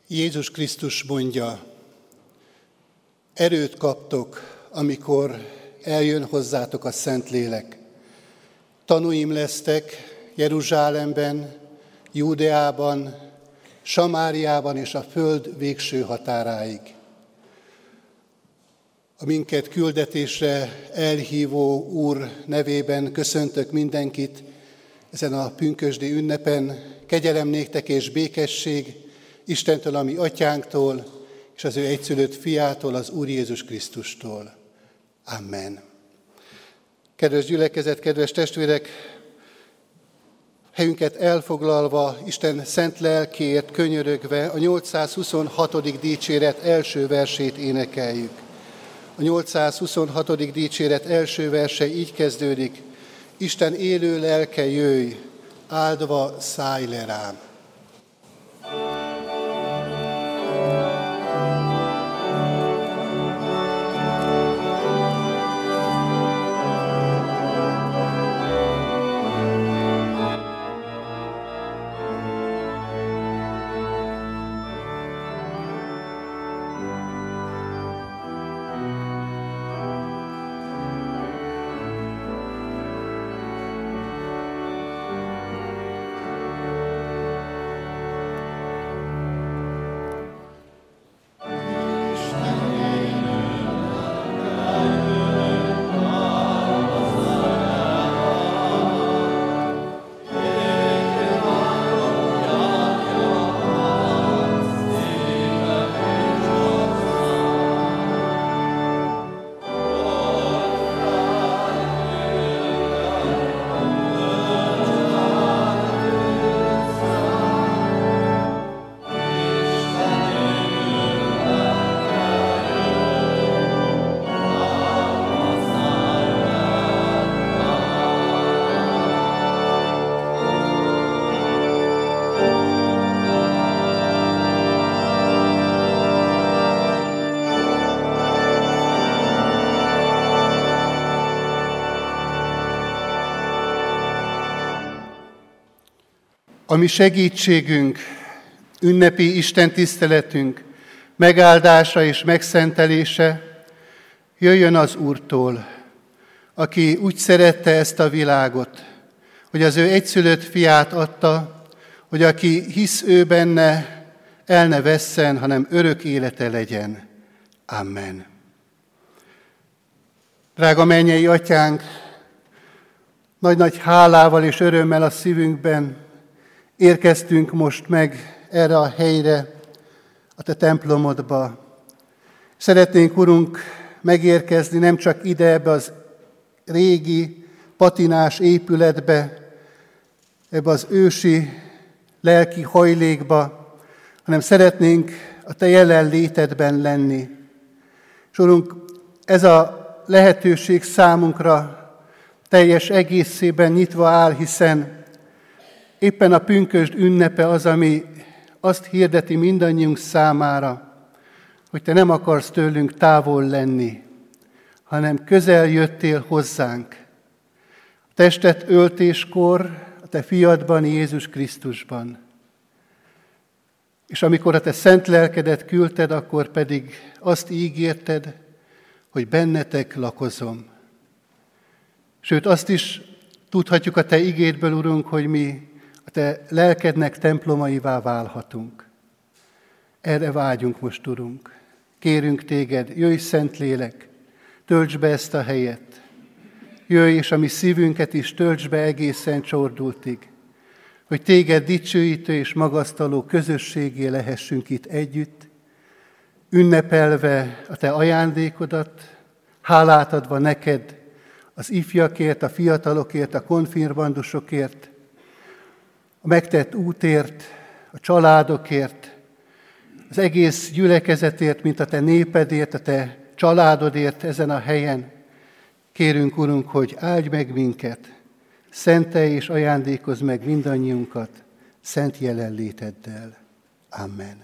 Jézus Krisztus mondja, erőt kaptok, amikor eljön hozzátok a Szentlélek. Tanúim lesztek Jeruzsálemben, Júdeában, Samáriában és a föld végső határáig. A minket küldetésre elhívó Úr nevében köszöntök mindenkit ezen a pünkösdi ünnepen. Kegyelem néktek és békesség Istentől, a mi atyánktól, és az ő egyszülött fiától, az Úr Jézus Krisztustól. Amen. Kedves gyülekezet, kedves testvérek, helyünket elfoglalva, Isten szent lelkéért könyörögve a 826. dicséret első versét énekeljük. A 826. dicséret első verse így kezdődik: Isten élő lelke, jöjj, áldva szállj le rám. A mi segítségünk, ünnepi Isten tiszteletünk, megáldása és megszentelése jöjjön az Úrtól, aki úgy szerette ezt a világot, hogy az ő egyszülött fiát adta, hogy aki hisz ő benne, el ne vesszen, hanem örök élete legyen. Amen. Drága mennyei atyánk, nagy-nagy hálával és örömmel a szívünkben érkeztünk most meg erre a helyre, a te templomodba. Szeretnénk, Urunk, megérkezni nem csak ide, ebbe az régi, patinás épületbe, ebbe az ősi lelki hajlékba, hanem szeretnénk a te jelenlétedben lenni. És Urunk, ez a lehetőség számunkra teljes egészében nyitva áll, hiszen éppen a pünkösd ünnepe az, ami azt hirdeti mindannyiunk számára, hogy te nem akarsz tőlünk távol lenni, hanem közel jöttél hozzánk. A testet öltéskor a te fiadban, Jézus Krisztusban. És amikor a te szent lelkedet küldted, akkor pedig azt ígérted, hogy bennetek lakozom. Sőt, azt is tudhatjuk a te igédből, Urunk, hogy mi a te lelkednek templomaivá válhatunk. Erre vágyunk most, Urunk. Kérünk téged, jöjj Szentlélek, töltsd be ezt a helyet. Jöjj, és a mi szívünket is töltsd be egészen csordultig, hogy téged dicsőítő és magasztaló közösségé lehessünk itt együtt, ünnepelve a te ajándékodat, hálát adva neked az ifjakért, a fiatalokért, a konfirmandusokért, a megtett útért, a családokért, az egész gyülekezetért, mint a te népedért, a te családodért ezen a helyen. Kérünk, Urunk, hogy áldj meg minket, szentelj és ajándékozz meg mindannyiunkat szent jelenléteddel. Amen.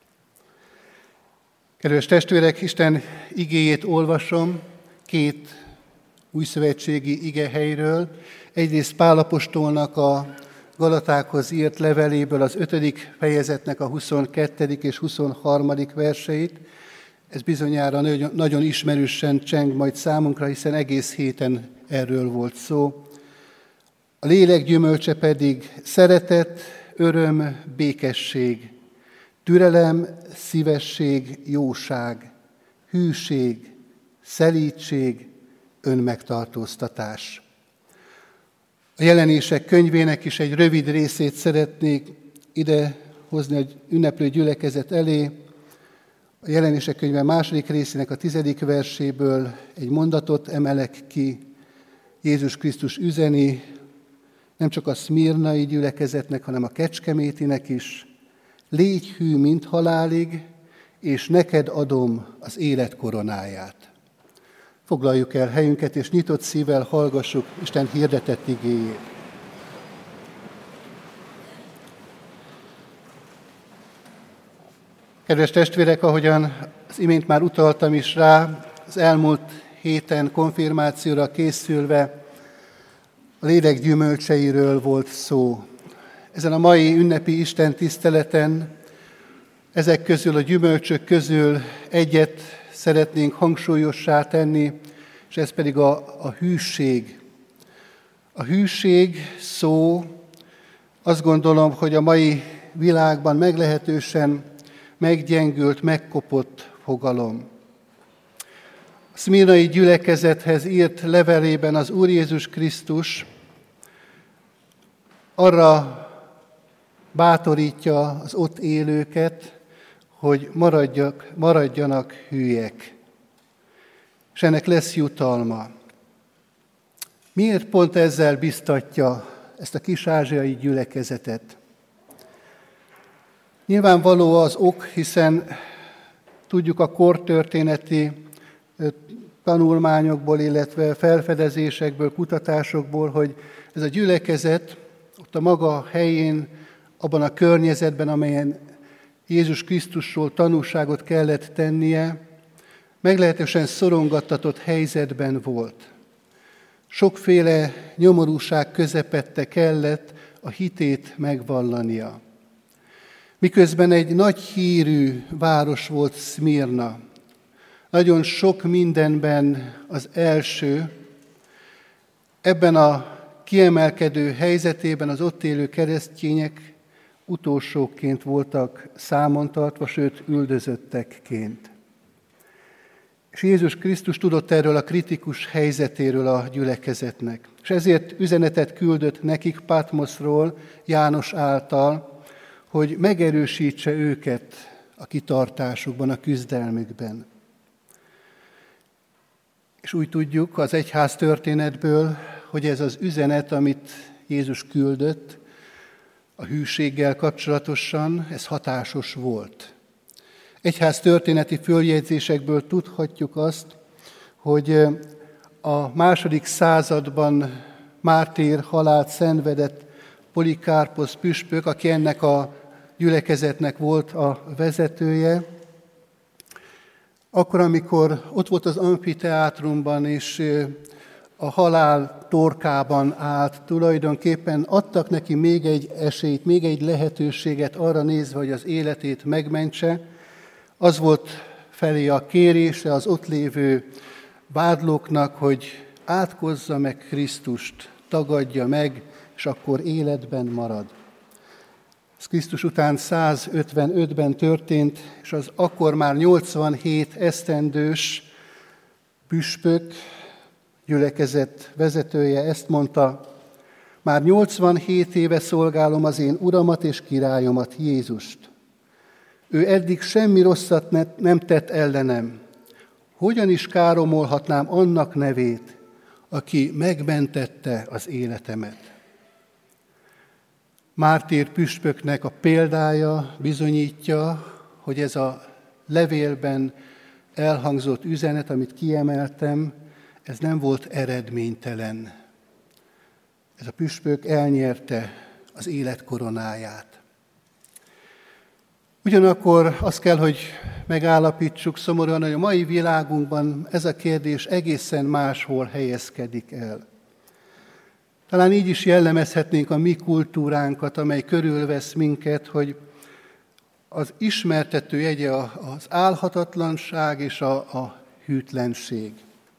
Kedves testvérek, Isten igéjét olvasom két újszövetségi igehelyről. Egyrészt Pál apostolnak a Galatákhoz írt leveléből az 5. fejezetnek a 22. és 23. verseit. Ez bizonyára nagyon ismerősen cseng majd számunkra, hiszen egész héten erről volt szó. A lélek gyümölcse pedig szeretet, öröm, békesség, türelem, szívesség, jóság, hűség, szelídség, önmegtartóztatás. A Jelenések könyvének is egy rövid részét szeretnék ide hozni az ünneplő gyülekezet elé. A Jelenések könyve második részének a 10. verséből egy mondatot emelek ki. Jézus Krisztus üzeni nem csak a szmirnai gyülekezetnek, hanem a kecskemétinek is. Légy hű, mint halálig, és neked adom az élet koronáját. Foglaljuk el helyünket, és nyitott szívvel hallgassuk Isten hirdetett igéjét. Kedves testvérek, ahogyan az imént már utaltam is rá, az elmúlt héten konfirmációra készülve a lélek gyümölcseiről volt szó. Ezen a mai ünnepi Isten tiszteleten ezek közül, a gyümölcsök közül egyet szeretnénk hangsúlyossá tenni, és ez pedig a hűség. A hűség szó, azt gondolom, hogy a mai világban meglehetősen meggyengült, megkopott fogalom. A szmirnai gyülekezethez írt levelében az Úr Jézus Krisztus arra bátorítja az ott élőket, hogy maradjanak hűek. És ennek lesz jutalma. Miért pont ezzel biztatja ezt a kis-ázsiai gyülekezetet? Nyilvánvaló az ok, hiszen tudjuk a kortörténeti tanulmányokból, illetve felfedezésekből, kutatásokból, hogy ez a gyülekezet ott a maga helyén, abban a környezetben, amelyen Jézus Krisztusról tanúságot kellett tennie, meglehetősen szorongattatott helyzetben volt. Sokféle nyomorúság közepette kellett a hitét megvallania. Miközben egy nagy hírű város volt Szmirna, nagyon sok mindenben az első, ebben a kiemelkedő helyzetében az ott élő keresztények utolsóként voltak számon tartva, sőt üldözöttekként. És Jézus Krisztus tudott erről a kritikus helyzetéről a gyülekezetnek. És ezért üzenetet küldött nekik Patmoszról, János által, hogy megerősítse őket a kitartásukban, a küzdelmükben. És úgy tudjuk az egyház történetből, hogy ez az üzenet, amit Jézus küldött, a hűséggel kapcsolatosan, ez hatásos volt. Egyház történeti följegyzésekből tudhatjuk azt, hogy a II. Században mártír halált szenvedett Polikárposz püspök, aki ennek a gyülekezetnek volt a vezetője, akkor, amikor ott volt az amfiteátrumban, és a halál torkában állt, tulajdonképpen adtak neki még egy esélyt, még egy lehetőséget arra nézve, hogy az életét megmentse. Az volt felé a kérése az ott lévő vádlóknak, hogy átkozza meg Krisztust, tagadja meg, és akkor életben marad. Ez Krisztus után 155-ben történt, és az akkor már 87 esztendős püspök, gyülekezet vezetője ezt mondta: már 87 éve szolgálom az én uramat és királyomat, Jézust. Ő eddig semmi rosszat nem tett ellenem. Hogyan is káromolhatnám annak nevét, aki megmentette az életemet? Mártír püspöknek a példája bizonyítja, hogy ez a levélben elhangzott üzenet, amit kiemeltem, ez nem volt eredménytelen. Ez a püspök elnyerte az élet koronáját. Ugyanakkor azt kell, hogy megállapítsuk szomorúan, hogy a mai világunkban ez a kérdés egészen máshol helyezkedik el. Talán így is jellemezhetnénk a mi kultúránkat, amely körülvesz minket, hogy az ismertető jegye az álhatatlanság és a hűtlenség.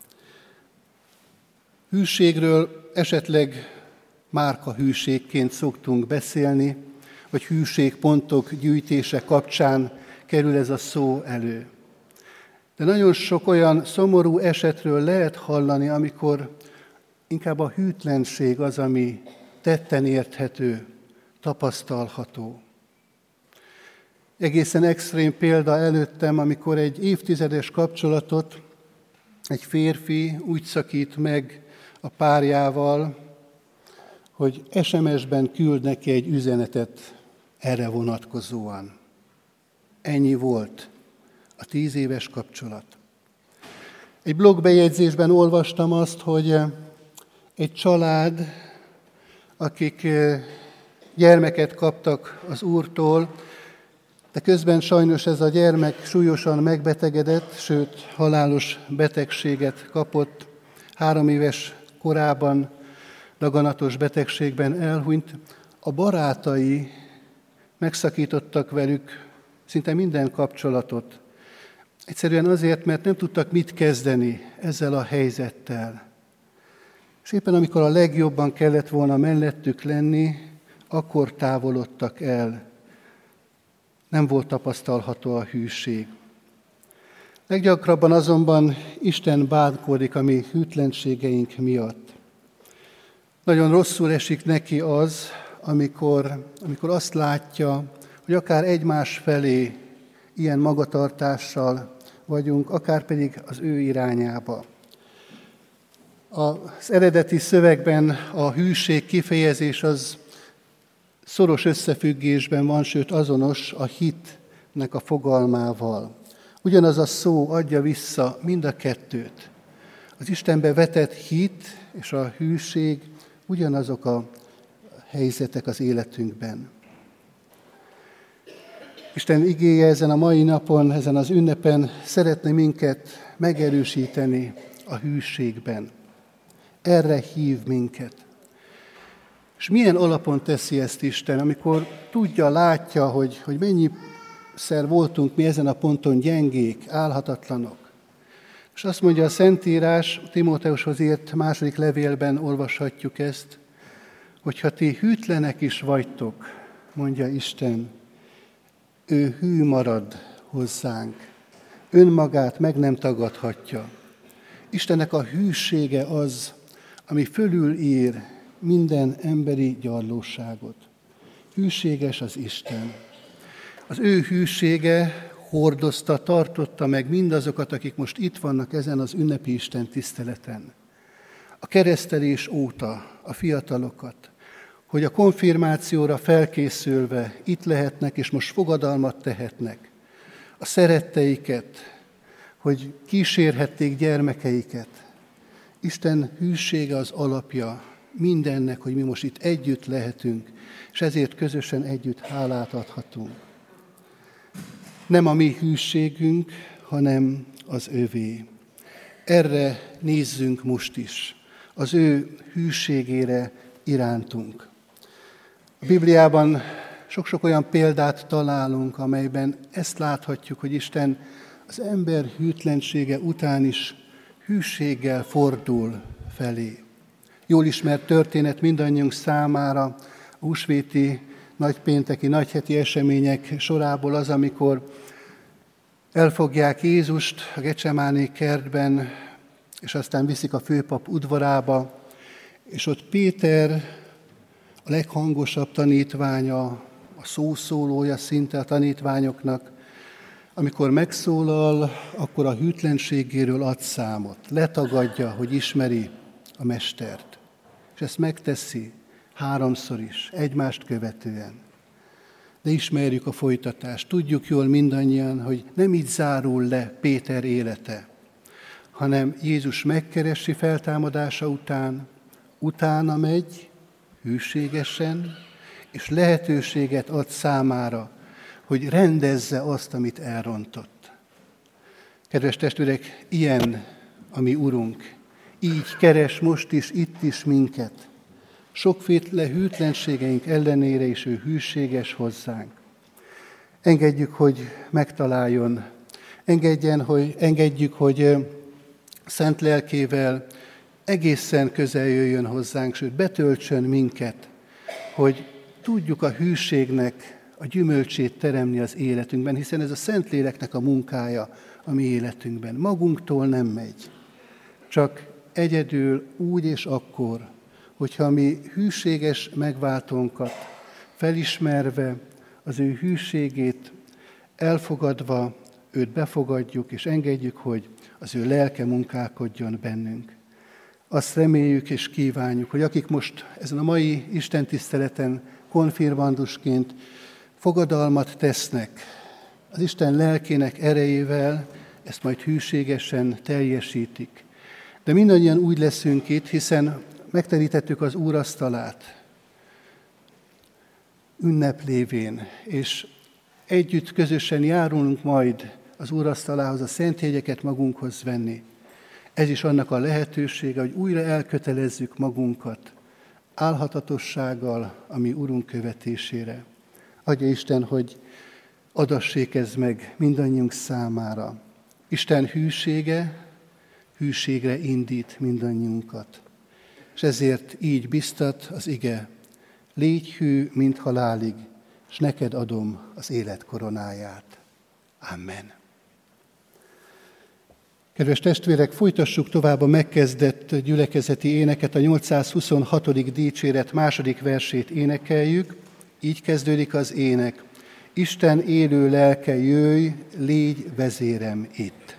Hűségről esetleg márkahűségként szoktunk beszélni, vagy hűségpontok gyűjtése kapcsán kerül ez a szó elő. De nagyon sok olyan szomorú esetről lehet hallani, amikor inkább a hűtlenség az, ami tetten érthető, tapasztalható. Egészen extrém példa előttem, amikor egy évtizedes kapcsolatot egy férfi úgy szakít meg a párjával, hogy SMS-ben küld neki egy üzenetet erre vonatkozóan. Ennyi volt a 10 éves kapcsolat. Egy blogbejegyzésben olvastam azt, hogy egy család, akik gyermeket kaptak az Úrtól, de közben sajnos ez a gyermek súlyosan megbetegedett, sőt halálos betegséget kapott. 3 éves korában daganatos betegségben elhunyt. A barátai megszakítottak velük szinte minden kapcsolatot. Egyszerűen azért, mert nem tudtak mit kezdeni ezzel a helyzettel. És éppen amikor a legjobban kellett volna mellettük lenni, akkor távolodtak el. Nem volt tapasztalható a hűség. Leggyakrabban azonban Isten bánkodik a mi hűtlenségeink miatt. Nagyon rosszul esik neki az, amikor azt látja, hogy akár egymás felé ilyen magatartással vagyunk, akár pedig az ő irányába. Az eredeti szövegben a hűség kifejezés az szoros összefüggésben van, sőt azonos a hitnek a fogalmával. Ugyanaz a szó adja vissza mind a kettőt. Az Istenbe vetett hit és a hűség ugyanazok a helyzetek az életünkben. Isten igéje ezen a mai napon, ezen az ünnepen szeretne minket megerősíteni a hűségben. Erre hív minket. És milyen alapon teszi ezt Isten, amikor tudja, látja, hogy mennyiszer voltunk mi ezen a ponton gyengék, álhatatlanok. És azt mondja a Szentírás, Timóteushoz írt 2. levélben olvashatjuk ezt, hogyha ti hűtlenek is vagytok, mondja Isten, ő hű marad hozzánk, önmagát meg nem tagadhatja. Istennek a hűsége az, ami fölülír minden emberi gyarlóságot. Hűséges az Isten. Az ő hűsége hordozta, tartotta meg mindazokat, akik most itt vannak ezen az ünnepi Isten tiszteleten. A keresztelés óta a fiatalokat, hogy a konfirmációra felkészülve itt lehetnek, és most fogadalmat tehetnek. A szeretteiket, hogy kísérhették gyermekeiket. Isten hűsége az alapja mindennek, hogy mi most itt együtt lehetünk, és ezért közösen együtt hálát adhatunk. Nem a mi hűségünk, hanem az övé. Erre nézzünk most is, az ő hűségére irántunk. A Bibliában sok-sok olyan példát találunk, amelyben ezt láthatjuk, hogy Isten az ember hűtlensége után is hűséggel fordul felé. Jól ismert történet mindannyiunk számára, a húsvéti, nagypénteki, nagyheti események sorából az, amikor elfogják Jézust a Gecsemáné kertben, és aztán viszik a főpap udvarába, és ott Péter, a leghangosabb tanítványa, a szószólója szinte a tanítványoknak, amikor megszólal, akkor a hűtlenségéről ad számot, letagadja, hogy ismeri a mestert. És ezt megteszi 3-szor is, egymást követően. De ismerjük a folytatást. Tudjuk jól mindannyian, hogy nem így zárul le Péter élete, hanem Jézus megkeresi feltámadása után, utána megy hűségesen, és lehetőséget ad számára, hogy rendezze azt, amit elrontott. Kedves testvérek, ilyen a mi Urunk. Így keres most is, itt is minket, Sokféle hűtlenségeink ellenére is ő hűséges hozzánk. Engedjük, hogy megtaláljon, engedjük, hogy szent lelkével egészen közel jöjjön hozzánk, sőt betöltsön minket, hogy tudjuk a hűségnek a gyümölcsét teremni az életünkben, hiszen ez a Szentléleknek a munkája a mi életünkben. Magunktól nem megy, csak egyedül úgy és akkor, hogyha mi hűséges megváltónkat felismerve, az ő hűségét elfogadva, őt befogadjuk, és engedjük, hogy az ő lelke munkálkodjon bennünk. Azt reméljük és kívánjuk, hogy akik most ezen a mai istentiszteleten konfirmandusként fogadalmat tesznek, az Isten lelkének erejével ezt majd hűségesen teljesítik. De mindannyian úgy leszünk itt, hiszen megterítettük az úrasztalát ünnep lévén, és együtt közösen járulunk majd az úrasztalához a szentjegyeket magunkhoz venni. Ez is annak a lehetősége, hogy újra elkötelezzük magunkat álhatatossággal a mi Urunk követésére. Adja Isten, hogy adassék ez meg mindannyiunk számára. Isten hűségre indít mindannyiunkat. És ezért így biztat az ige: légy hű, mint halálig, s neked adom az élet koronáját. Amen. Kedves testvérek, folytassuk tovább a megkezdett gyülekezeti éneket, a 826. dicséret második versét énekeljük. Így kezdődik az ének: Isten élő lelke, jöjj, légy vezérem itt.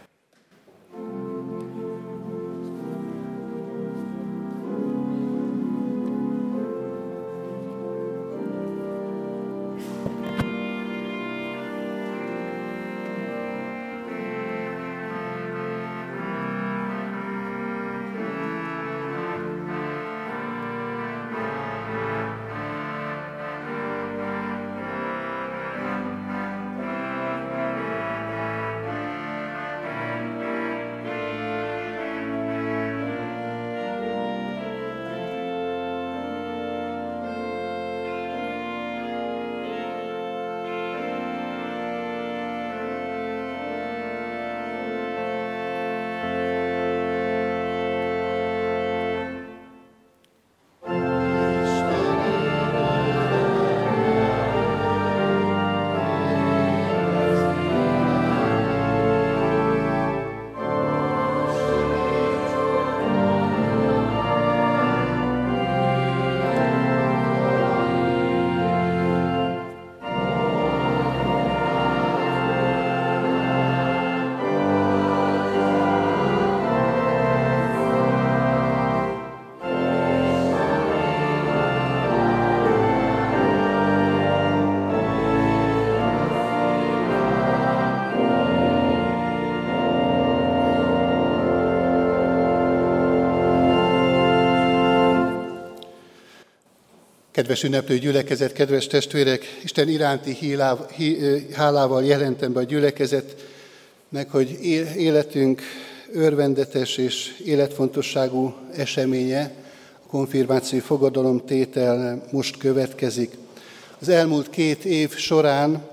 Kedves ünneplő gyülekezet, kedves testvérek, Isten iránti hálával jelentem be a gyülekezetnek, hogy életünk örvendetes és életfontosságú eseménye, a konfirmációi fogadalomtétel most következik. Az elmúlt 2 év során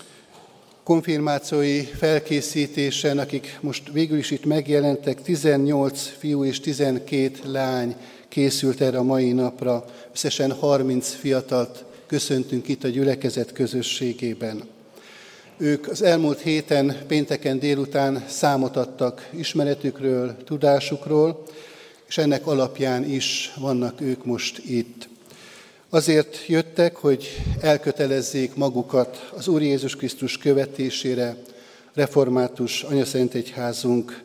konfirmációi felkészítésen, akik most végül is itt megjelentek, 18 fiú és 12 lány készült erre a mai napra. Összesen 30 fiatalt köszöntünk itt a gyülekezet közösségében. Ők az elmúlt héten, pénteken délután számot adtak ismeretükről, tudásukról, és ennek alapján is vannak ők most itt. Azért jöttek, hogy elkötelezzék magukat az Úr Jézus Krisztus követésére, református anyaszentegyházunk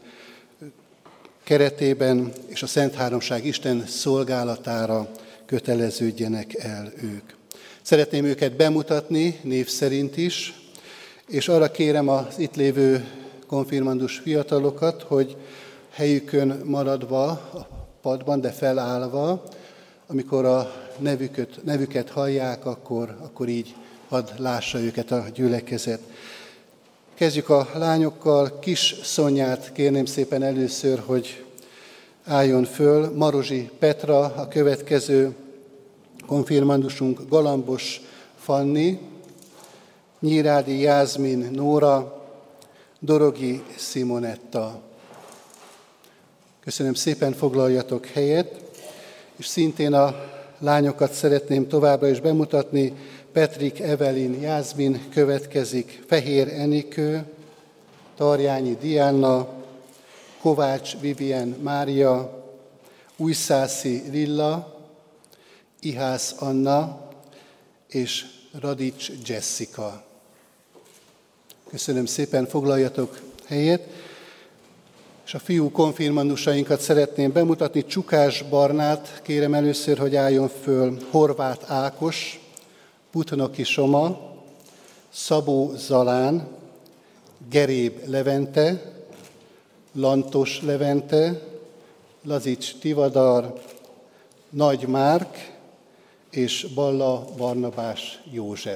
keretében, és a Szent Háromság Isten szolgálatára köteleződjenek el ők. Szeretném őket bemutatni név szerint is, és arra kérem az itt lévő konfirmandus fiatalokat, hogy helyükön maradva a padban, de felállva, amikor a nevüket hallják, akkor így hadd lássa őket a gyülekezet. Kezdjük a lányokkal. Kis Szonyát kérném szépen először, hogy álljon föl. Marozsi Petra a következő. konfirmandusunk Galambos Fanni, Nyírádi Jászmin Nóra, Dorogi Simonetta. Köszönöm szépen, foglaljatok helyet, és szintén a lányokat szeretném továbbra is bemutatni. Petrik Evelin Jászmin következik, Fehér Enikő, Tarjányi Diana, Kovács Vivien Mária, Újszászi Lilla, Ihász Anna és Radics Jessica. Köszönöm szépen, foglaljatok helyet. És a fiú konfirmandusainkat szeretném bemutatni. Csukás Barnát kérem először, hogy álljon föl. Horváth Ákos, Putnoki Soma, Szabó Zalán, Geréb Levente, Lantos Levente, Lazics Tivadar, Nagy Márk és Balla Barnabás József.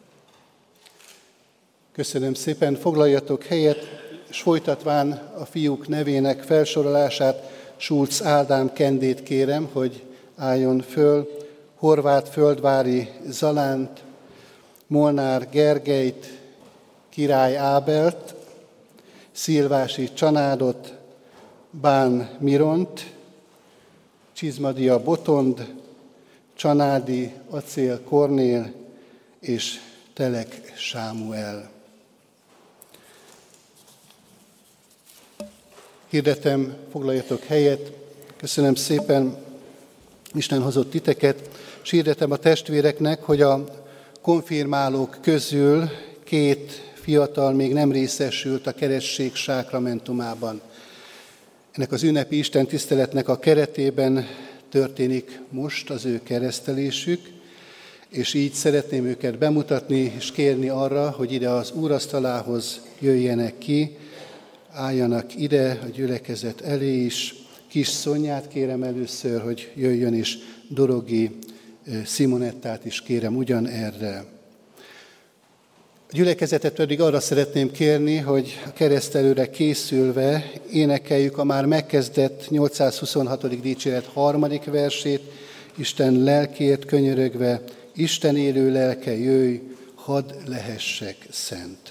Köszönöm szépen, foglaljatok helyet, és folytatván a fiúk nevének felsorolását, Schulz Ádám Kendét kérem, hogy álljon föl, Horváth Földvári Zalánt, Molnár Gergelyt, Király Ábelt, Szilvási Csanádot, Bán Miront, Csizmadia Botond, Csanádi Acél Kornél és Telek Sámuel. Hirdetem, foglaljatok helyet. Köszönöm szépen, Isten hozott titeket, és hirdetem a testvéreknek, hogy a konfirmálók közül 2 fiatal még nem részesült a keresztség sákramentumában. Ennek az ünnepi istentiszteletnek a keretében történik most az ő keresztelésük, és így szeretném őket bemutatni és kérni arra, hogy ide az úrasztalához jöjjenek ki, álljanak ide a gyülekezet elé is. Kis Szonyát kérem először, hogy jöjjön, és Dorogi Simonettát is kérem ugyanerre. A gyülekezetet pedig arra szeretném kérni, hogy a keresztelőre készülve énekeljük a már megkezdett 826. dicséret 3. versét, Isten lelkért könyörögve, Isten élő lelke jöjj, hadd lehessek szent.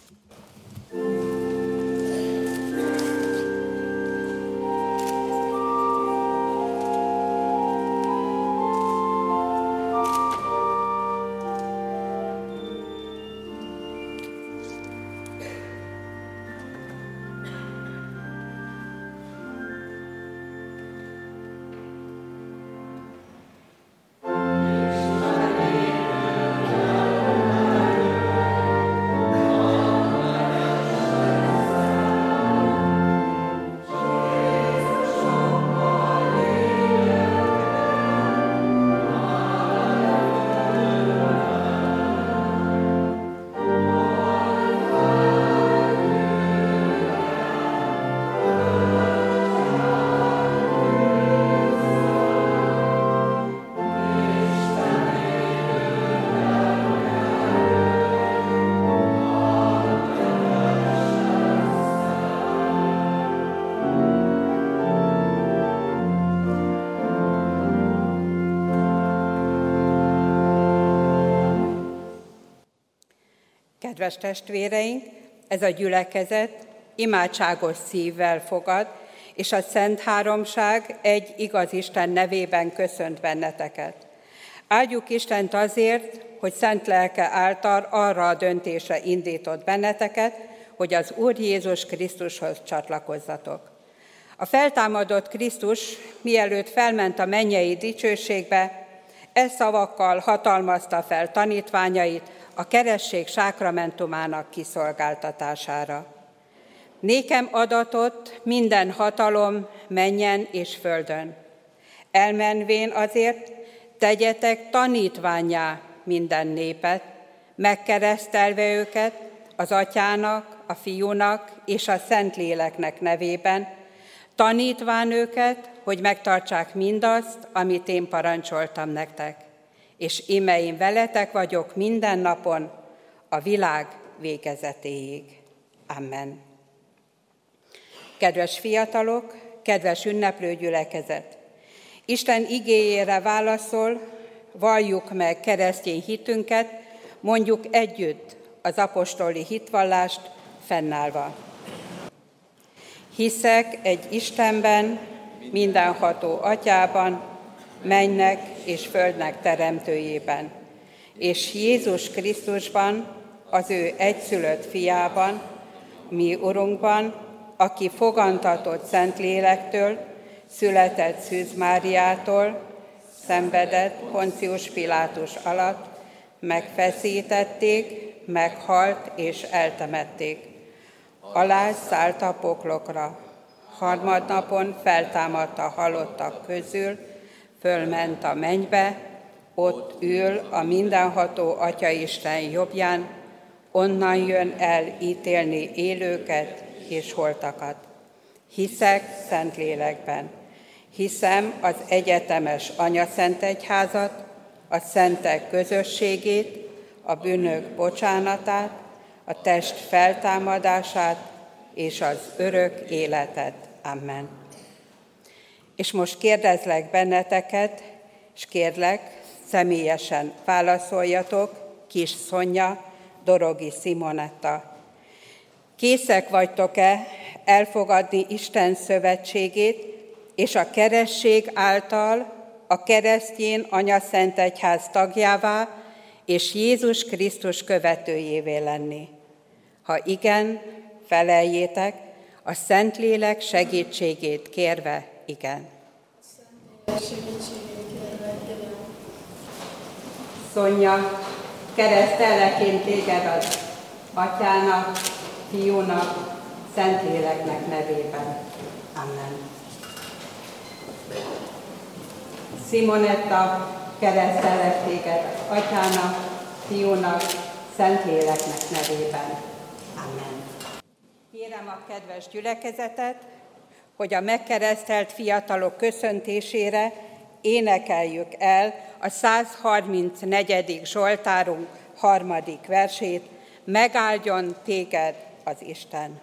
Kedves testvéreink, ez a gyülekezet imádságos szívvel fogad, és a Szent Háromság egy igaz Isten nevében köszönt benneteket. Áldjuk Istent azért, hogy szent lelke által arra a döntésre indított benneteket, hogy az Úr Jézus Krisztushoz csatlakozzatok. A feltámadott Krisztus, mielőtt felment a mennyei dicsőségbe, szavakkal hatalmazta fel tanítványait a keresztség sákramentumának kiszolgáltatására. Nékem adatott minden hatalom mennyen és földön. Elmenvén azért tegyetek tanítvánnyá minden népet, megkeresztelve őket az Atyának, a Fiúnak és a Szentléleknek nevében, tanítván őket, hogy megtartsák mindazt, amit én parancsoltam nektek. És íme én veletek vagyok minden napon, a világ végezetéig. Amen. Kedves fiatalok, kedves ünneplő gyülekezet! Isten igéjére válaszol, valljuk meg keresztény hitünket, mondjuk együtt az apostoli hitvallást fennállva. Hiszek egy Istenben, mindenható Atyában, mennek és földnek teremtőjében, és Jézus Krisztusban, az ő egyszülött fiában, mi Urunkban, aki fogantatott Szentlélektől, született Szűz Máriától, szenvedett Poncius Pilátus alatt, megfeszítették, meghalt és eltemették. Alászállt a poklokra, harmadnapon feltámadt a halottak közül, fölment a mennybe, ott ül a mindenható Atyaisten jobbján, onnan jön el ítélni élőket és holtakat. Hiszek Szentlélekben, hiszem az egyetemes Anyaszentegyházat, a szentek közösségét, a bűnök bocsánatát, a test feltámadását és az örök életet. Amen. És most kérdezlek benneteket, és kérlek, személyesen válaszoljatok, Kis Szonya, Dorogi Simonetta. Készek vagytok-e elfogadni Isten szövetségét, és a keresztség által a keresztény Anyaszentegyház tagjává és Jézus Krisztus követőjévé lenni? Ha igen, feleljétek, a Szentlélek segítségét kérve igen. Szonya, keresztellek én téged az Atyának, Fiúnak, Szentléleknek nevében. Amen. Simonetta, keresztellek téged az Atyának, Fiúnak, Szentléleknek nevében. Amen. Kérem a kedves gyülekezetet, hogy a megkeresztelt fiatalok köszöntésére énekeljük el a 134. Zsoltárunk 3. versét, Megáldjon téged az Isten.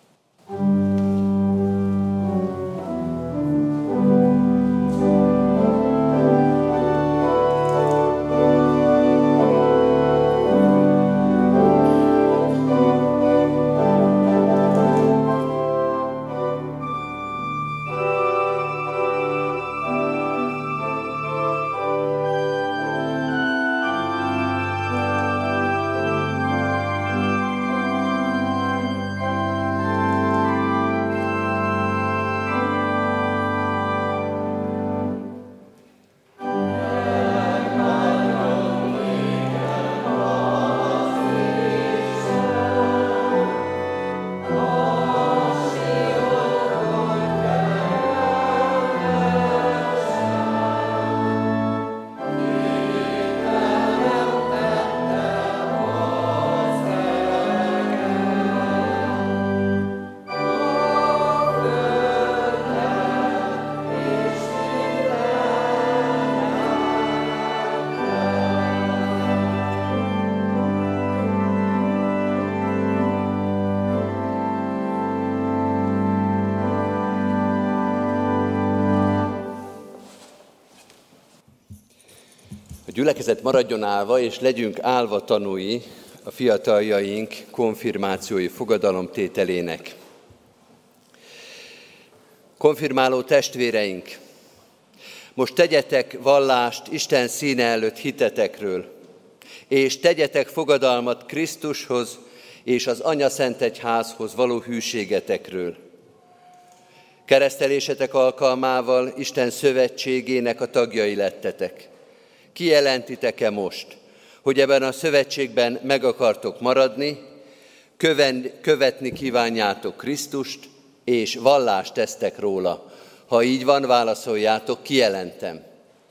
A gyülekezet maradjon állva, és legyünk állva tanúi a fiataljaink konfirmációi fogadalomtételének. Konfirmáló testvéreink, most tegyetek vallást Isten színe előtt hitetekről, és tegyetek fogadalmat Krisztushoz és az Anyaszentegyházhoz való hűségetekről. Keresztelésetek alkalmával Isten szövetségének a tagjai lettetek. Kijelentitek-e most, hogy ebben a szövetségben meg akartok maradni, követni kívánjátok Krisztust, és vallást tesztek róla? Ha így van, válaszoljátok, kijelentem.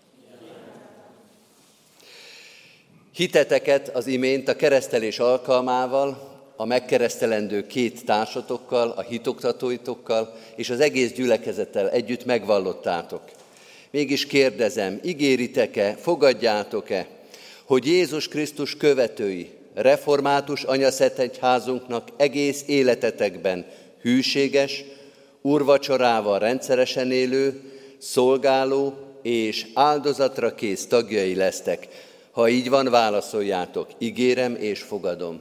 Hiteteket az imént a keresztelés alkalmával, a megkeresztelendő két társatokkal, a hitoktatóitokkal és az egész gyülekezettel együtt megvallottátok. Mégis kérdezem, ígéritek-e, fogadjátok-e, hogy Jézus Krisztus követői, református Anyaszentegyházunknak egész életetekben hűséges, úrvacsorával rendszeresen élő, szolgáló, és áldozatra kész tagjai lesztek. Ha így van, válaszoljátok, ígérem és fogadom.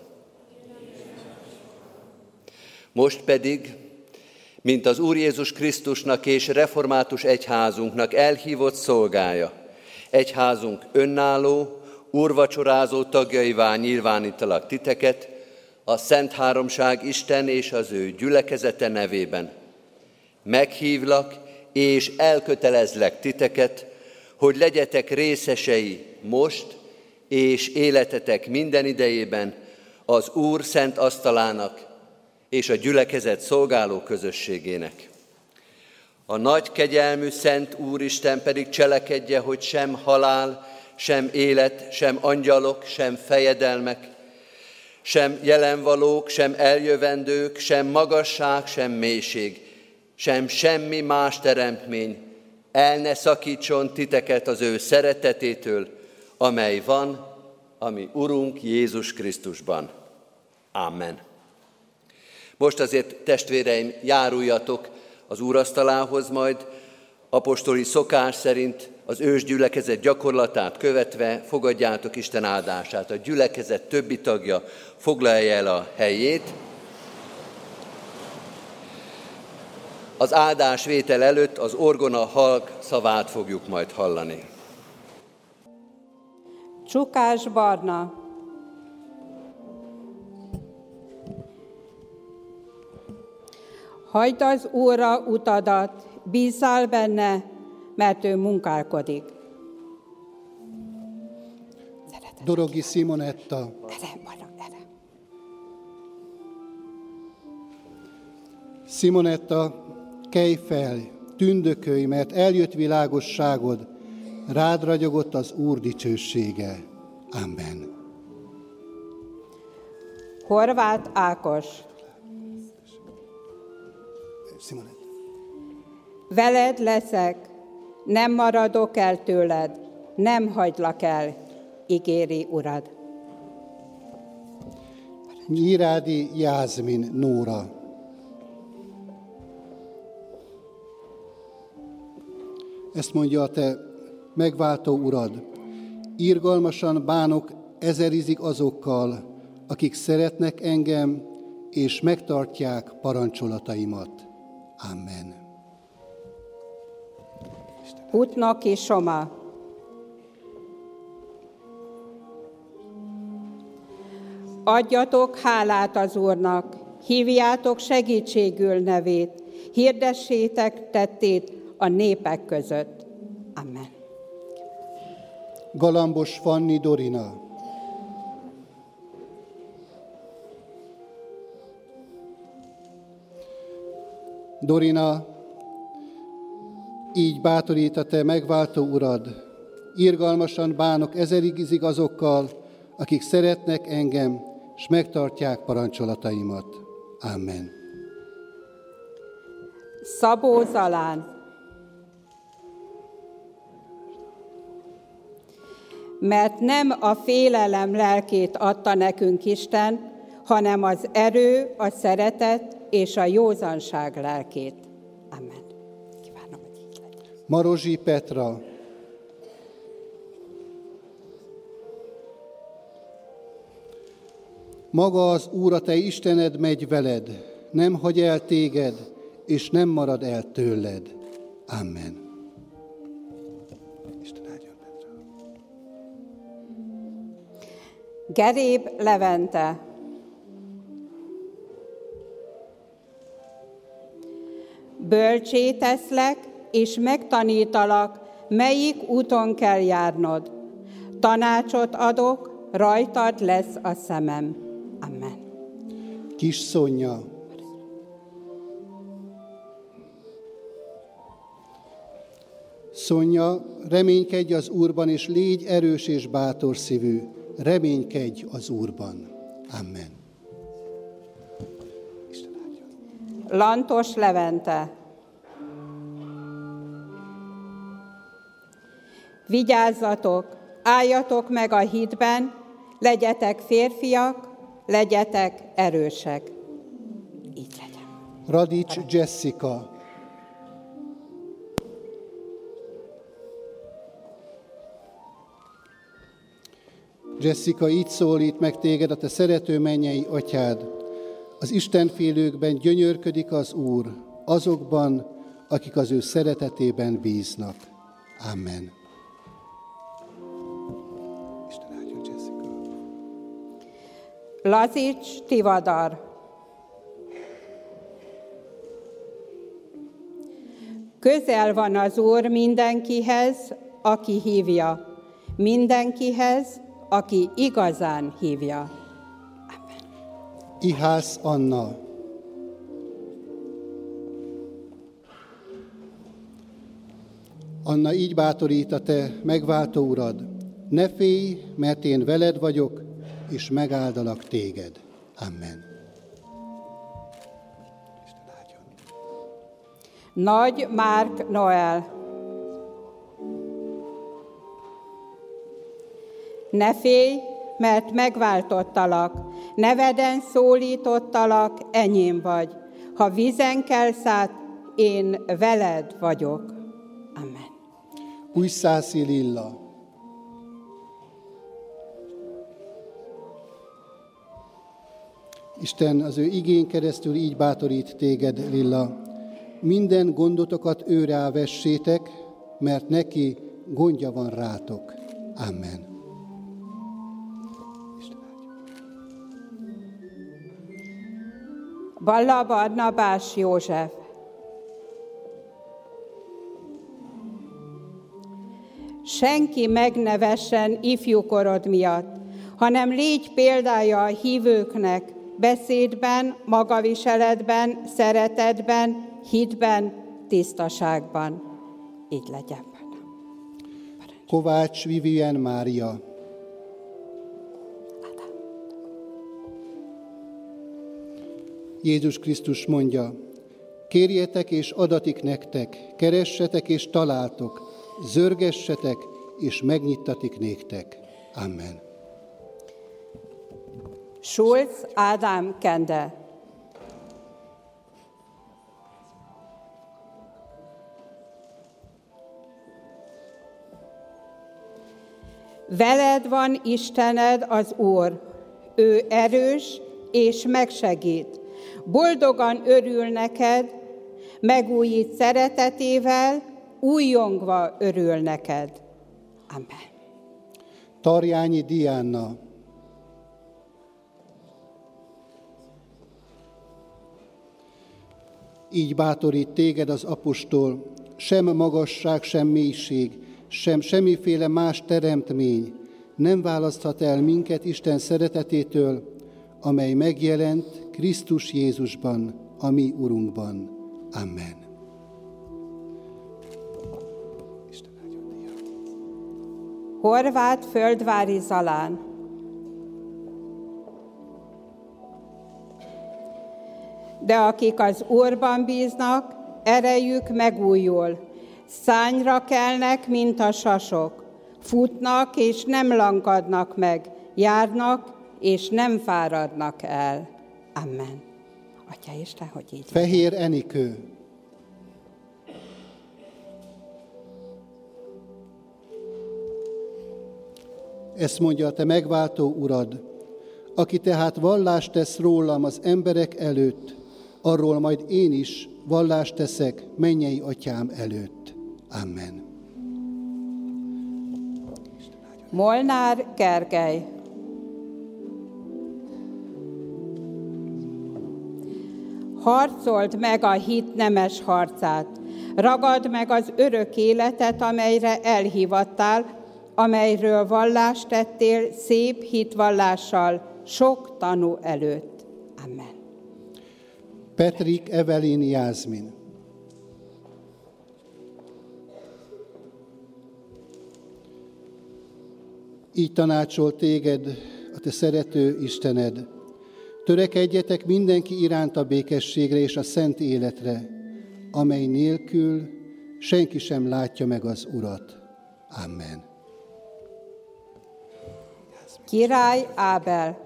Most pedig, mint az Úr Jézus Krisztusnak és református egyházunknak elhívott szolgája, egyházunk önálló, úrvacsorázó tagjaivá nyilvánítalak titeket, a Szent Háromság Isten és az ő gyülekezete nevében. Meghívlak és elkötelezlek titeket, hogy legyetek részesei most és életetek minden idejében az Úr szent asztalának és a gyülekezet szolgáló közösségének. A nagy kegyelmű Szent Úristen pedig cselekedje, hogy sem halál, sem élet, sem angyalok, sem fejedelmek, sem jelenvalók, sem eljövendők, sem magasság, sem mélység, sem semmi más teremtmény el ne szakítson titeket az ő szeretetétől, amely van a mi Urunk Jézus Krisztusban. Amen. Most azért, testvéreim, járuljatok az úrasztalához, majd apostoli szokás szerint az ősgyülekezet gyakorlatát követve fogadjátok Isten áldását. A gyülekezet többi tagja foglalja el a helyét. Az áldásvétel előtt az orgona halk szavát fogjuk majd hallani. Csukás Barna. Hagyd az Úrra utadat, bízzál benne, mert ő munkálkodik. Dorogi Simonetta. Simonetta, kelj fel, tündökölj, mert eljött világosságod, rád ragyogott az Úr dicsősége. Amen. Horváth Ákos. Simonetta. Veled leszek, nem maradok el tőled, nem hagylak el, ígéri Urad. Nyírádi Jászmin Nóra. Ezt mondja a te megváltó Urad. Irgalmasan bánok ezerizig azokkal, akik szeretnek engem, és megtartják parancsolataimat. Amen. Utnoki Soma. Adjatok hálát az Úrnak, hívjátok segítségül nevét, hirdessétek tettét a népek között. Amen. Galambos Fanni Dorina. Dorina, így bátorít a te megváltó Urad. Irgalmasan bánok ezerigizig azokkal, akik szeretnek engem, és megtartják parancsolataimat. Amen. Szabó Zalán. Mert nem a félelem lelkét adta nekünk Isten, hanem az erő, a szeretet és a józanság lelkét. Amen. Kívánom, hogy így legyen. Marozsi Petra. Maga az Úr, a te Istened megy veled, nem hagy el téged, és nem marad el tőled. Amen. Isten áldjon Petra. Geréb Levente. Bölcsé teszlek, és megtanítalak, melyik úton kell járnod. Tanácsot adok, rajtad lesz a szemem. Amen. Kis Szonya. Szonya, reménykedj az Úrban, és légy erős és bátor szívű. Reménykedj az Úrban. Amen. Isten áldjon. Lantos Levente. Vigyázzatok, álljatok meg a hitben, legyetek férfiak, legyetek erősek. Így legyen. Radics Jessica. Jessica, így szólít meg téged a te szerető mennyei atyád. Az istenfélőkben gyönyörködik az Úr, azokban, akik az ő szeretetében bíznak. Amen. Isten áldjon, Jessica. Lazíts, Tivadar. Közel van az Úr mindenkihez, aki hívja, mindenkihez, aki igazán hívja. Amen. Ihász Anna. Anna, így bátorít a te megváltó urad. Ne félj, mert én veled vagyok, és megáldalak téged. Amen. Isten áldjon. Nagy Márk Noel. Ne félj, mert megváltottalak, neveden szólítottalak, enyém vagy. Ha vízen kelsz át, én veled vagyok. Amen. Újszászi Lilla. Isten az ő igén keresztül így bátorít téged, Lilla. Minden gondotokat őrá vessétek, mert neki gondja van rátok. Amen. Balla Barnabás József. Senki meg ne vessen ifjúkorod miatt, hanem légy példája a hívőknek, beszédben, magaviseletben, szeretetben, hitben, tisztaságban. Így legyen. Kovács Vivien Mária. Jézus Krisztus mondja, kérjetek és adatik nektek, keressetek és találtok, zörgessetek és megnyittatik néktek. Amen. Schulz Ádám Kende. Veled van Istened az Úr, ő erős és megsegít. Boldogan örül neked, megújít szeretetével, újjongva örül neked. Amen. Tarjányi Diánna. Így bátorít téged az apostol, sem magasság, sem mélység, sem semmiféle más teremtmény nem választhat el minket Isten szeretetétől, amely megjelent Krisztus Jézusban, a mi Urunkban. Amen. Isten áldjon néha. Horváth Földvári Zalán. De akik az Úrban bíznak, erejük megújul, szárnyra kelnek, mint a sasok, futnak és nem lankadnak meg, járnak és nem fáradnak el. Amen. Atya Isten, hogy így. Fehér Enikő. Ezt mondja a te megváltó urad, aki tehát vallást tesz rólam az emberek előtt, arról majd én is vallást teszek mennyei atyám előtt. Amen. Molnár Gergely. Harcold meg a hit nemes harcát, ragad meg az örök életet, amelyre elhívattál, amelyről vallást tettél szép hitvallással sok tanú előtt. Amen. Petrik Evelin Jászmin. Így tanácsol téged a te szerető Istened. Törekedjetek mindenki iránt a békességre és a szent életre, amely nélkül senki sem látja meg az Urat. Amen. Király Ábel.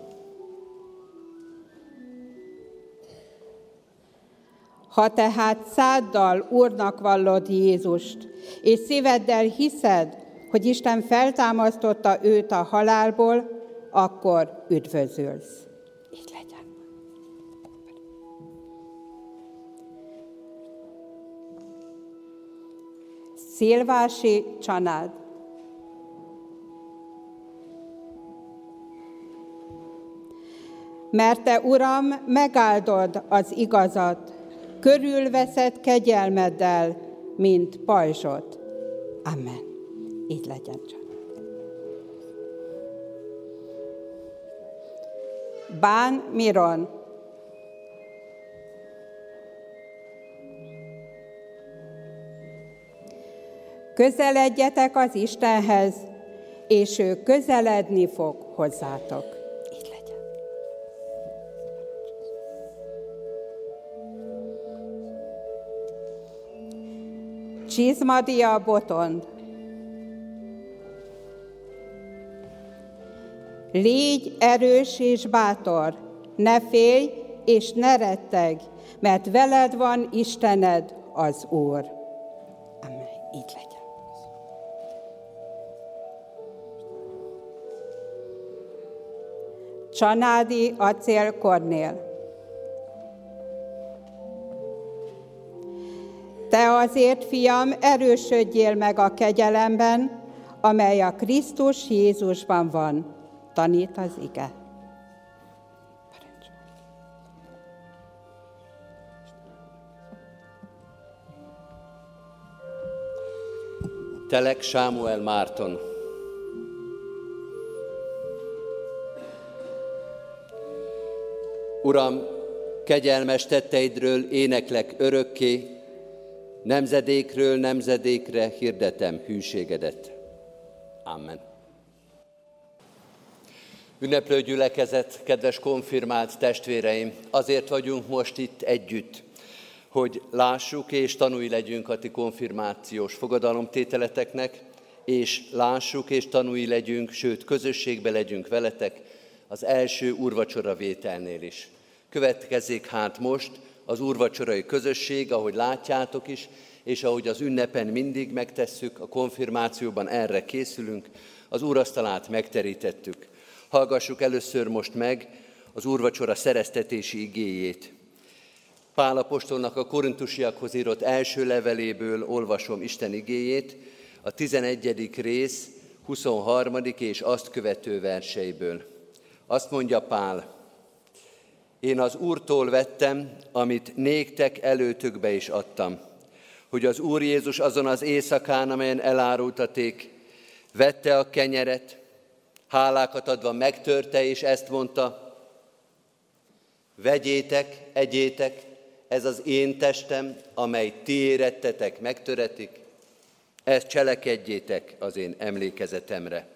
Ha tehát száddal Úrnak vallod Jézust, és szíveddel hiszed, hogy Isten feltámasztotta őt a halálból, akkor üdvözülsz. Így legyen. Szilvási Csanád. Mert te, Uram, megáldod az igazat, körülveszed kegyelmeddel, mint pajzsot. Amen. Így legyen csak. Bán Miron. Közeledjetek az Istenhez, és ő közeledni fog hozzátok. Így legyen. Csizmadia Botond. Légy erős és bátor, ne félj és ne retteg, mert veled van Istened, az Úr. Amen. Így legyen. Csanádi Acél Kornél. Te azért, fiam, erősödjél meg a kegyelemben, amely a Krisztus Jézusban van, tanít az ige. Telek Sámuel Márton. Uram, kegyelmes tetteidről éneklek örökké, nemzedékről nemzedékre hirdetem hűségedet. Amen. Ünneplő gyülekezet, kedves konfirmált testvéreim, azért vagyunk most itt együtt, hogy lássuk és tanúi legyünk a ti konfirmációs fogadalomtételeteknek, és lássuk és tanúi legyünk, sőt közösségbe legyünk veletek az első úrvacsora vételnél is. Következzék hát most az úrvacsorai közösség, ahogy látjátok is, és ahogy az ünnepen mindig megtesszük, a konfirmációban erre készülünk, az úrasztalát megterítettük. Hallgassuk először most meg az úrvacsora szereztetési igéjét. Pál apostolnak a korintusiakhoz írott első leveléből olvasom Isten igéjét, a 11. rész 23. és azt követő verseiből. Azt mondja Pál: én az Úrtól vettem, amit néktek előtökbe is adtam, hogy az Úr Jézus azon az éjszakán, amelyen elárultaték, vette a kenyeret, hálákat adva megtörte, és ezt mondta: vegyétek, egyétek, ez az én testem, amely ti érettetek, megtöretik, ezt cselekedjétek az én emlékezetemre.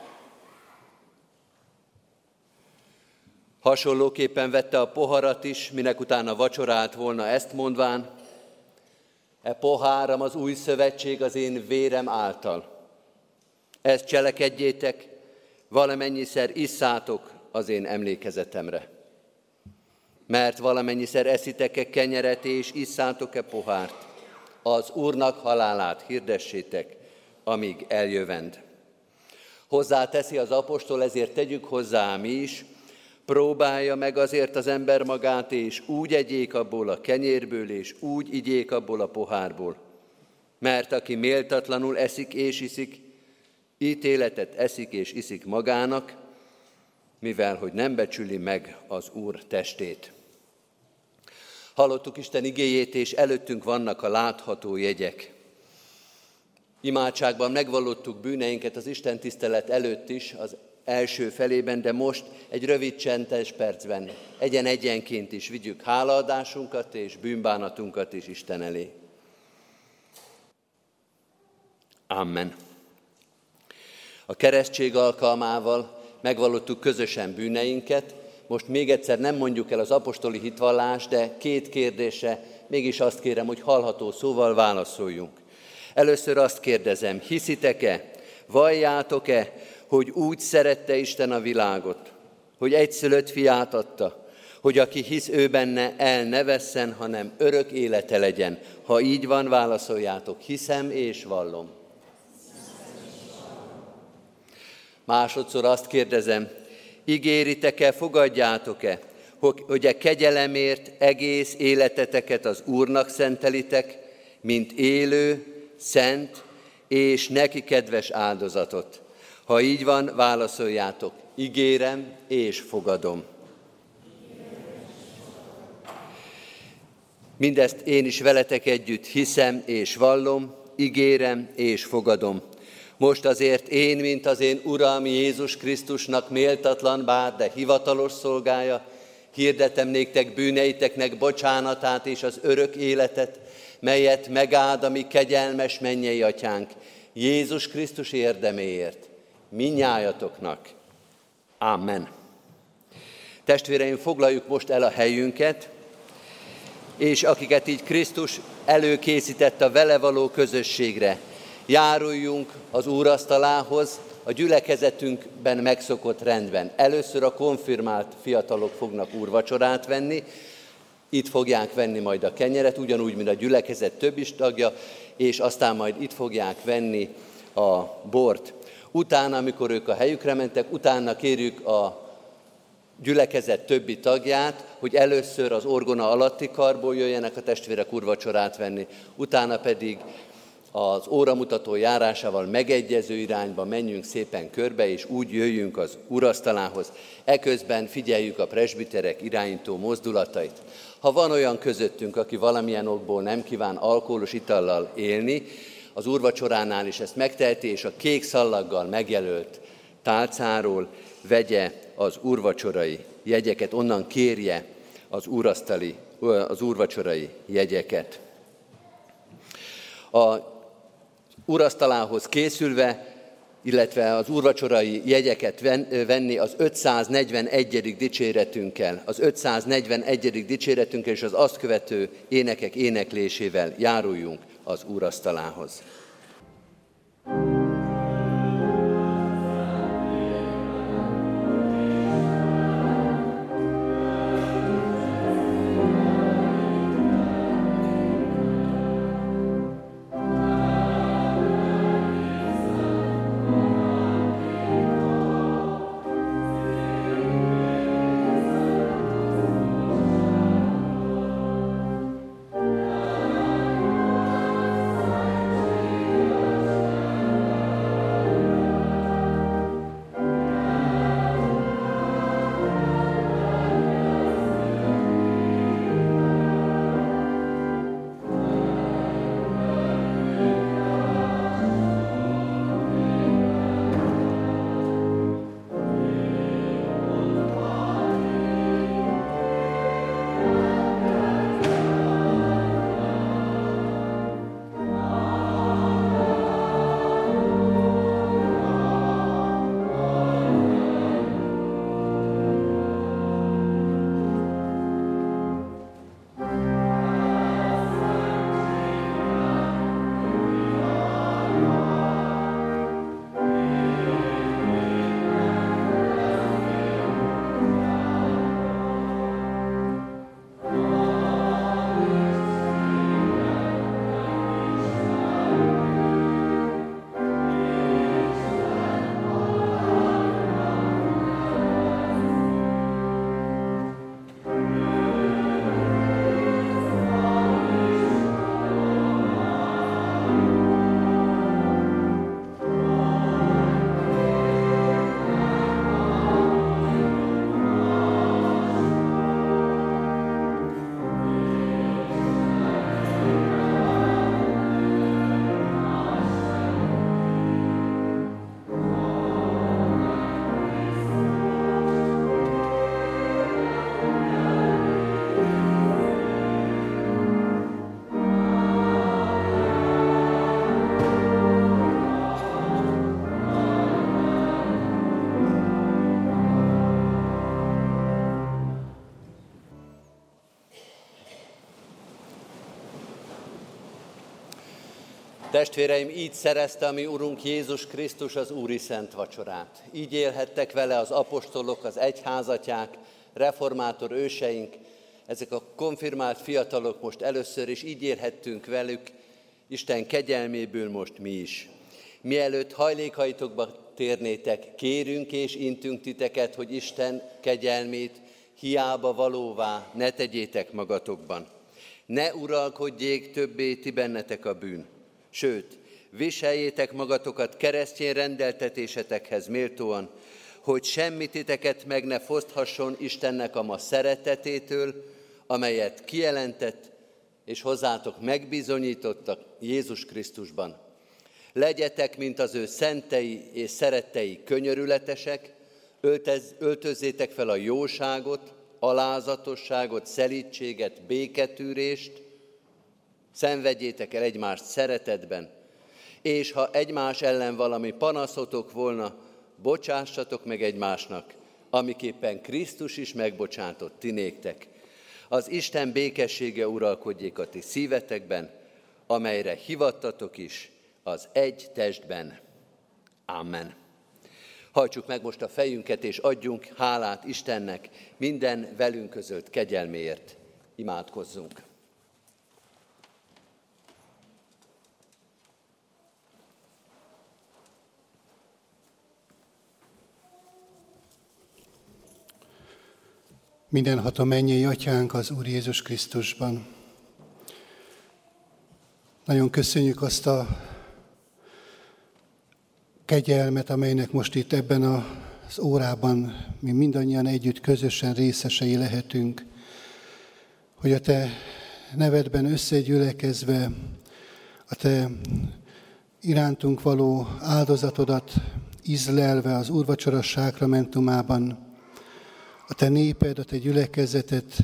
Hasonlóképpen vette a poharat is, minek utána vacsorált volna, ezt mondván: e poháram az új szövetség az én vérem által. Ezt cselekedjétek, valamennyiszer isszátok az én emlékezetemre. Mert valamennyiszer eszitek-e kenyeret és isszátok-e pohárt, az Úrnak halálát hirdessétek, amíg eljövend. Hozzáteszi az apostol, ezért tegyük hozzá mi is, próbálja meg azért az ember magát, és úgy egyék abból a kenyérből, és úgy igyék abból a pohárból. Mert aki méltatlanul eszik és iszik, ítéletet eszik és iszik magának, mivel hogy nem becsüli meg az Úr testét. Hallottuk Isten igéjét, és előttünk vannak a látható jegyek. Imádságban megvallottuk bűneinket az Isten tisztelet előtt is, az első felében, de most egy rövid csendes percben egyenként is vigyük hálaadásunkat és bűnbánatunkat is Isten elé. Amen. A keresztség alkalmával megvallottuk közösen bűneinket. Most még egyszer nem mondjuk el az apostoli hitvallást, de két kérdésre mégis azt kérem, hogy hallható szóval válaszoljunk. Először azt kérdezem, hiszitek-e, valljátok-e, hogy úgy szerette Isten a világot, hogy egyszülött fiát adta, hogy aki hisz ő benne, el ne vesszen, hanem örök élete legyen. Ha így van, válaszoljátok, hiszem és vallom. Másodszor azt kérdezem, ígéritek-e, fogadjátok-e, hogy a kegyelemért egész életeteket az Úrnak szentelitek, mint élő, szent és neki kedves áldozatot? Ha így van, válaszoljátok, ígérem és fogadom. Mindezt én is veletek együtt hiszem és vallom, ígérem és fogadom. Most azért én, mint az én Uram Jézus Krisztusnak méltatlan bár, de hivatalos szolgája, hirdetem néktek bűneiteknek bocsánatát és az örök életet, melyet megáld a mi kegyelmes mennyei atyánk, Jézus Krisztus érdeméért, minnyájatoknak. Amen. Testvéreim, foglaljuk most el a helyünket, és akiket így Krisztus előkészített a vele való közösségre, járuljunk az úrasztalához a gyülekezetünkben megszokott rendben. Először a konfirmált fiatalok fognak úrvacsorát venni, itt fogják venni majd a kenyeret, ugyanúgy, mint a gyülekezet többi tagja, és aztán majd itt fogják venni a bort. Utána, amikor ők a helyükre mentek, utána kérjük a gyülekezet többi tagját, hogy először az orgona alatti karból jöjjenek a testvérek úrvacsorát venni, utána pedig az óramutató járásával megegyező irányba menjünk szépen körbe, és úgy jöjjünk az úrasztalához. Eközben figyeljük a presbiterek irányító mozdulatait. Ha van olyan közöttünk, aki valamilyen okból nem kíván alkoholos itallal élni, az úrvacsoránál is ezt megteheti, és a kék szallaggal megjelölt tálcáról vegye az úrvacsorai jegyeket, onnan kérje az úrvacsorai jegyeket. A úrasztalához készülve, illetve az úrvacsorai jegyeket venni az 541. dicséretünkkel, és az azt követő énekek éneklésével járuljunk az úrasztalához. Testvéreim, így szerezte a mi Urunk Jézus Krisztus az Úri Szent Vacsorát. Így élhettek vele az apostolok, az egyházatják, reformátor őseink, ezek a konfirmált fiatalok most először is, így élhettünk velük, Isten kegyelméből most mi is. Mielőtt hajlékaitokba visszatérnétek. Kérünk és intünk titeket, hogy Isten kegyelmét hiába valóvá ne tegyétek magatokban. Ne uralkodjék többé ti bennetek a bűn. Sőt, viseljétek magatokat keresztény rendeltetésetekhez méltóan, hogy semmi titeket meg ne foszthasson Istennek a ma szeretetétől, amelyet kijelentett és hozzátok megbizonyítottak Jézus Krisztusban. Legyetek, mint az ő szentei és szerettei könyörületesek, öltözzétek fel a jóságot, alázatosságot, szelídséget, béketűrést, szenvedjétek el egymást szeretetben, és ha egymás ellen valami panaszotok volna, bocsássatok meg egymásnak, amiképpen Krisztus is megbocsátott ti néktek. Az Isten békessége uralkodjék a ti szívetekben, amelyre hivattatok is az egy testben. Amen. Hajtsuk meg most a fejünket, és adjunk hálát Istennek minden velünk közölt kegyelméért. Imádkozzunk. Mindenható mennyei Atyánk az Úr Jézus Krisztusban. Nagyon köszönjük azt a kegyelmet, amelynek most itt ebben az órában mi mindannyian együtt közösen részesei lehetünk, hogy a Te nevedben összegyülekezve a Te irántunk való áldozatodat ízlelve az úrvacsora sákramentumában a Te néped, a Te gyülekezetet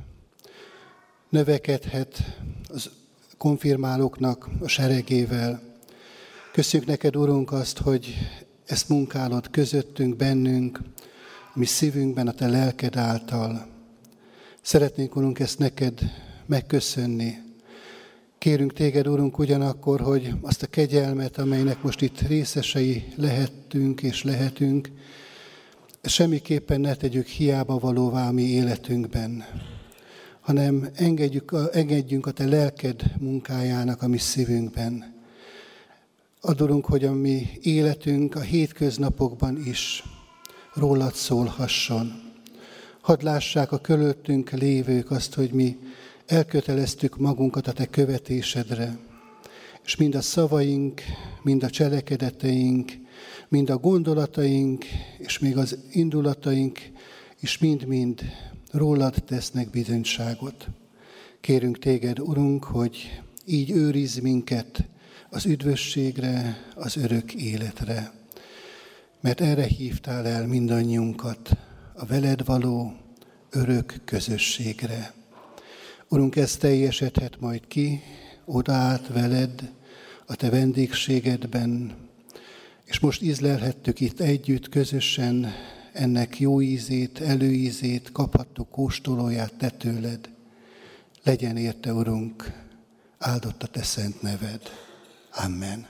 növekedhet az konfirmálóknak a seregével. Köszönjük neked, Urunk, azt, hogy ezt munkálod közöttünk, bennünk, a mi szívünkben, a Te lelked által. Szeretnénk, Urunk, ezt neked megköszönni. Kérünk Téged, Urunk, ugyanakkor, hogy azt a kegyelmet, amelynek most itt részesei lehettünk és lehetünk, semmiképpen ne tegyük hiába valóvá a mi életünkben, hanem engedjünk a Te lelked munkájának a mi szívünkben. Adorunk, hogy a mi életünk a hétköznapokban is rólad szólhasson. Hadd lássák a körülöttünk lévők azt, hogy mi elköteleztük magunkat a Te követésedre, és mind a szavaink, mind a cselekedeteink, mind a gondolataink, és még az indulataink is mind-mind rólad tesznek bizonyságot. Kérünk Téged, Urunk, hogy így őrizz minket az üdvösségre, az örök életre. Mert erre hívtál el mindannyiunkat, a veled való örök közösségre. Urunk, ez teljesedhet majd ki, oda át veled, a Te vendégségedben, és most ízlelhettük itt együtt, közösen ennek jó ízét, előízét, kaphattuk kóstolóját Te tőled. Legyen érte, Urunk, áldott a Te szent neved. Amen.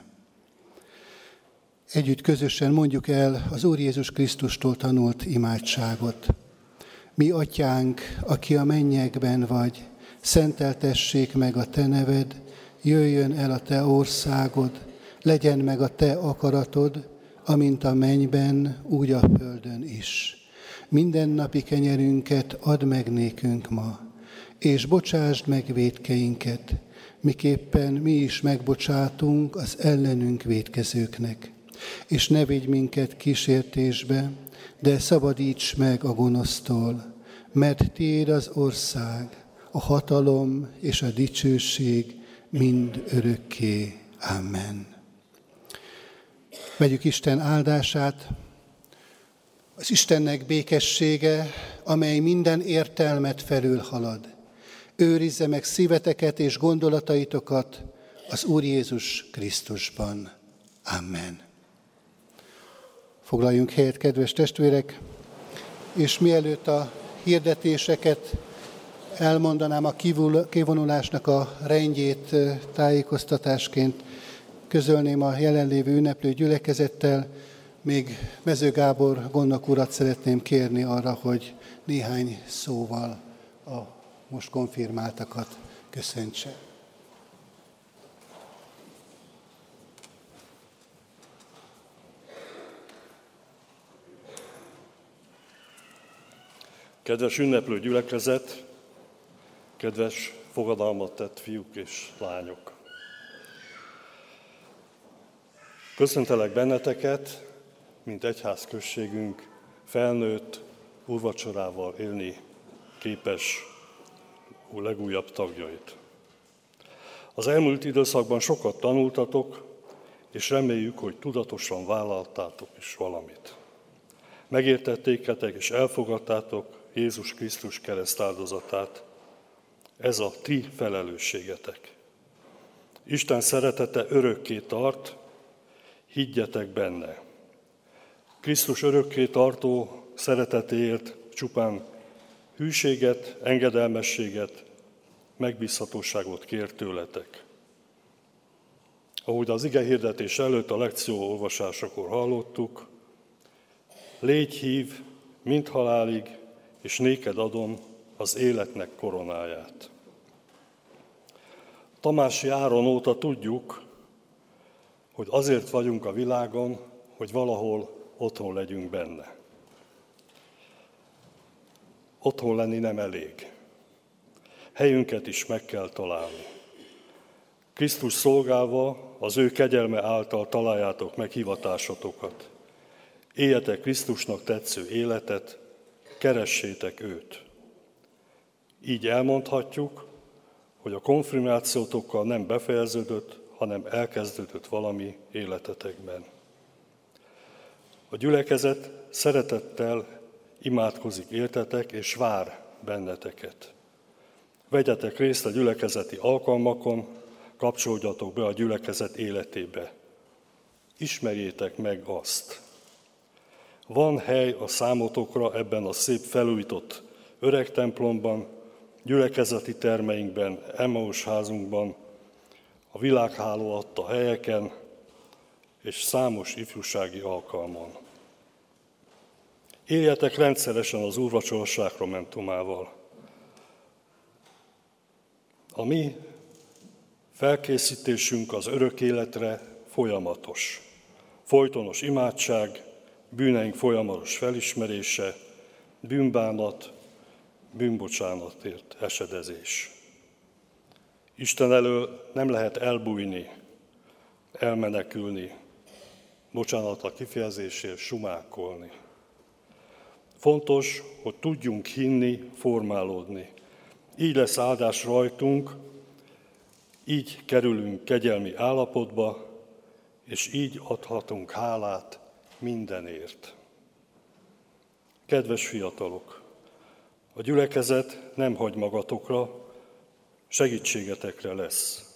Együtt közösen mondjuk el az Úr Jézus Krisztustól tanult imádságot. Mi Atyánk, aki a mennyekben vagy, szenteltessék meg a Te neved, jöjjön el a Te országod, legyen meg a Te akaratod, amint a mennyben, úgy a földön is. Mindennapi kenyerünket add meg nékünk ma, és bocsásd meg vétkeinket, miképpen mi is megbocsátunk az ellenünk vétkezőknek. És ne vigy minket kísértésbe, de szabadíts meg a gonosztól, mert Tiéd az ország, a hatalom és a dicsőség mind örökké. Amen. Vegyük Isten áldását. Az Istennek békessége, amely minden értelmet felülhalad, őrizze meg szíveteket és gondolataitokat az Úr Jézus Krisztusban. Amen. Foglaljunk helyet, kedves testvérek, és mielőtt a hirdetéseket elmondanám, a kivonulásnak a rendjét tájékoztatásként közölném a jelenlévő ünneplő gyülekezettel, még Mező Gábor gondnok urat szeretném kérni arra, hogy néhány szóval a most konfirmáltakat köszöntse. Kedves ünneplő gyülekezet, kedves fogadalmat tett fiúk és lányok! Köszöntelek benneteket, mint egyházközségünk felnőtt, úrvacsorával élni képes legújabb tagjait. Az elmúlt időszakban sokat tanultatok, és reméljük, hogy tudatosan vállaltátok is valamit. Megértettéketek és elfogadtátok Jézus Krisztus kereszt áldozatát. Ez a ti felelősségetek. Isten szeretete örökké tart, higgyetek benne. Krisztus örökké tartó szeretetéért csupán hűséget, engedelmességet, megbízhatóságot kér tőletek. Ahogy az igehirdetés előtt a lekció olvasásakor hallottuk, légy hív mind halálig, és néked adom az életnek koronáját. Tamási Áron óta tudjuk, hogy azért vagyunk a világon, hogy valahol otthon legyünk benne. Otthon lenni nem elég. Helyünket is meg kell találni. Krisztus szolgálva az ő kegyelme által találjátok meg hivatásotokat. Éljetek Krisztusnak tetsző életet, keressétek őt. Így elmondhatjuk, hogy a konfirmációtokkal nem befejeződött, hanem elkezdődött valami életetekben. A gyülekezet szeretettel imádkozik értetek és vár benneteket. Vegyetek részt a gyülekezeti alkalmakon, kapcsolódjatok be a gyülekezet életébe. Ismerjétek meg azt. Van hely a számotokra ebben a szép felújított öreg templomban, gyülekezeti termeinkben, Emmaus házunkban, a világháló adta helyeken és számos ifjúsági alkalmon. Éljetek rendszeresen az úrvacsora sákramentumával. A mi felkészítésünk az örök életre folyamatos. Folytonos imádság, bűneink folyamatos felismerése, bűnbánat, bűnbocsánatért esedezés. Isten elől nem lehet elbújni, elmenekülni, bocsánat a kifejezésért, sumákolni. Fontos, hogy tudjunk hinni, formálódni. Így lesz áldás rajtunk, így kerülünk kegyelmi állapotba, és így adhatunk hálát mindenért. Kedves fiatalok, a gyülekezet nem hagy magatokra, segítségetekre lesz.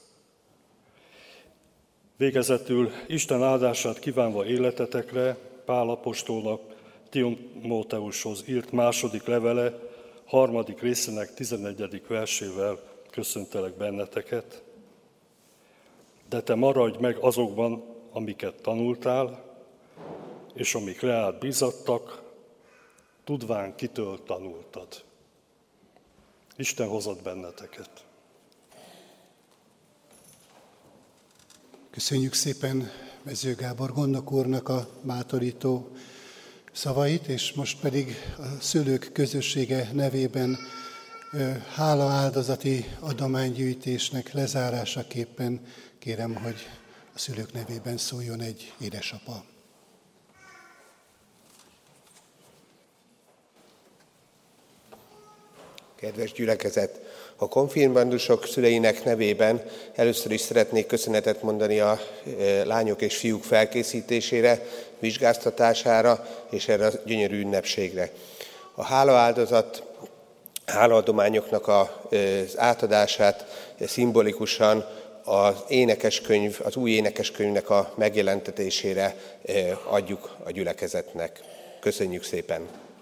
Végezetül Isten áldását kívánva életetekre Pál apostolnak Timóteushoz írt második levele, 3. részének 11. versével köszöntelek benneteket. De te maradj meg azokban, amiket tanultál, és amik reád bízattak, tudván kitől tanultad. Isten hozott benneteket. Köszönjük szépen Mező Gábor gondnok úrnak a bátorító szavait, és most pedig a szülők közössége nevében hála áldozati adománygyűjtésnek lezárásaképpen kérem, hogy a szülők nevében szóljon egy édesapa. Kedves gyülekezet! A konfirmandusok szüleinek nevében először is szeretnék köszönetet mondani a lányok és fiúk felkészítésére, vizsgáztatására és erre a gyönyörű ünnepségre. A hálaadományoknak az átadását szimbolikusan az új énekeskönyvnek a megjelentetésére adjuk a gyülekezetnek. Köszönjük szépen!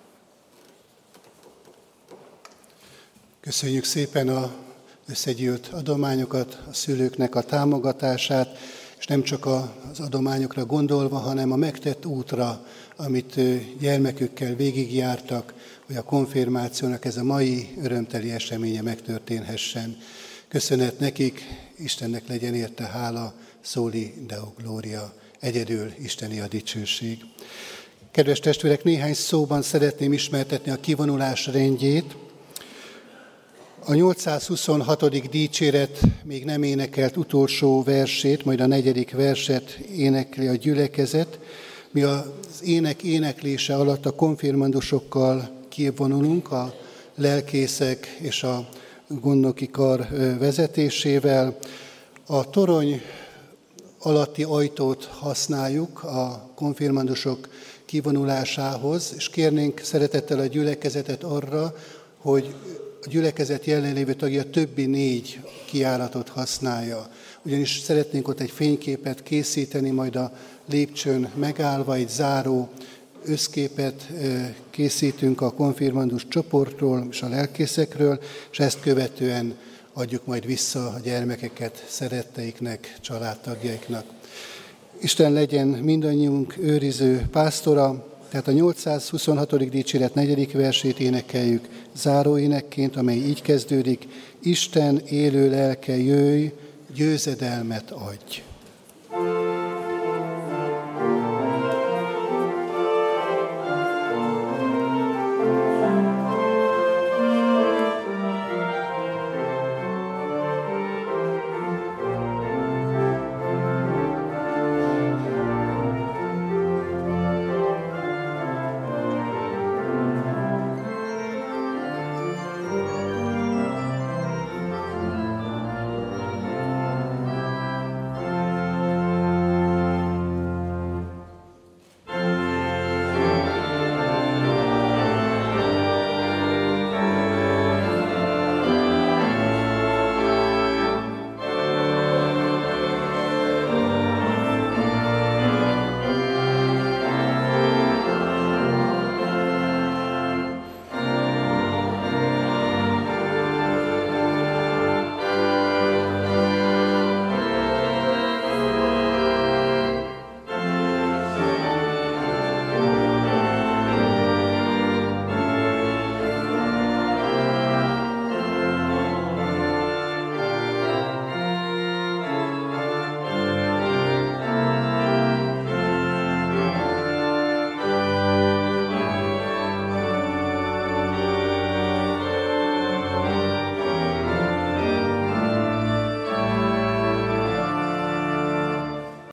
Köszönjük szépen az összegyűlt adományokat, a szülőknek a támogatását, és nem csak az adományokra gondolva, hanem a megtett útra, amit gyermekükkel végigjártak, hogy a konfirmációnak ez a mai örömteli eseménye megtörténhessen. Köszönet nekik, Istennek legyen érte hála, Soli Deo Gloria, egyedül isteni a dicsőség. Kedves testvérek, néhány szóban szeretném ismertetni a kivonulás rendjét. A 826. dicséret még nem énekelt utolsó versét, majd a 4. verset énekli a gyülekezet. Mi az ének éneklése alatt a konfirmandusokkal kivonulunk, a lelkészek és a gondnoki kar vezetésével. A torony alatti ajtót használjuk a konfirmandusok kivonulásához, és kérnénk szeretettel a gyülekezetet arra, hogy a gyülekezet jelenlévő tagja többi 4 kijáratot használja. Ugyanis szeretnénk ott egy fényképet készíteni, majd a lépcsőn megállva egy záró összképet készítünk a konfirmandus csoportról és a lelkészekről, és ezt követően adjuk majd vissza a gyermekeket szeretteiknek, családtagjaiknak. Isten legyen mindannyiunk őriző pásztora, tehát a 826. dicséret 4. versét énekeljük záróénekként, amely így kezdődik: Isten élő lelke, jöjj, győzedelmet adj!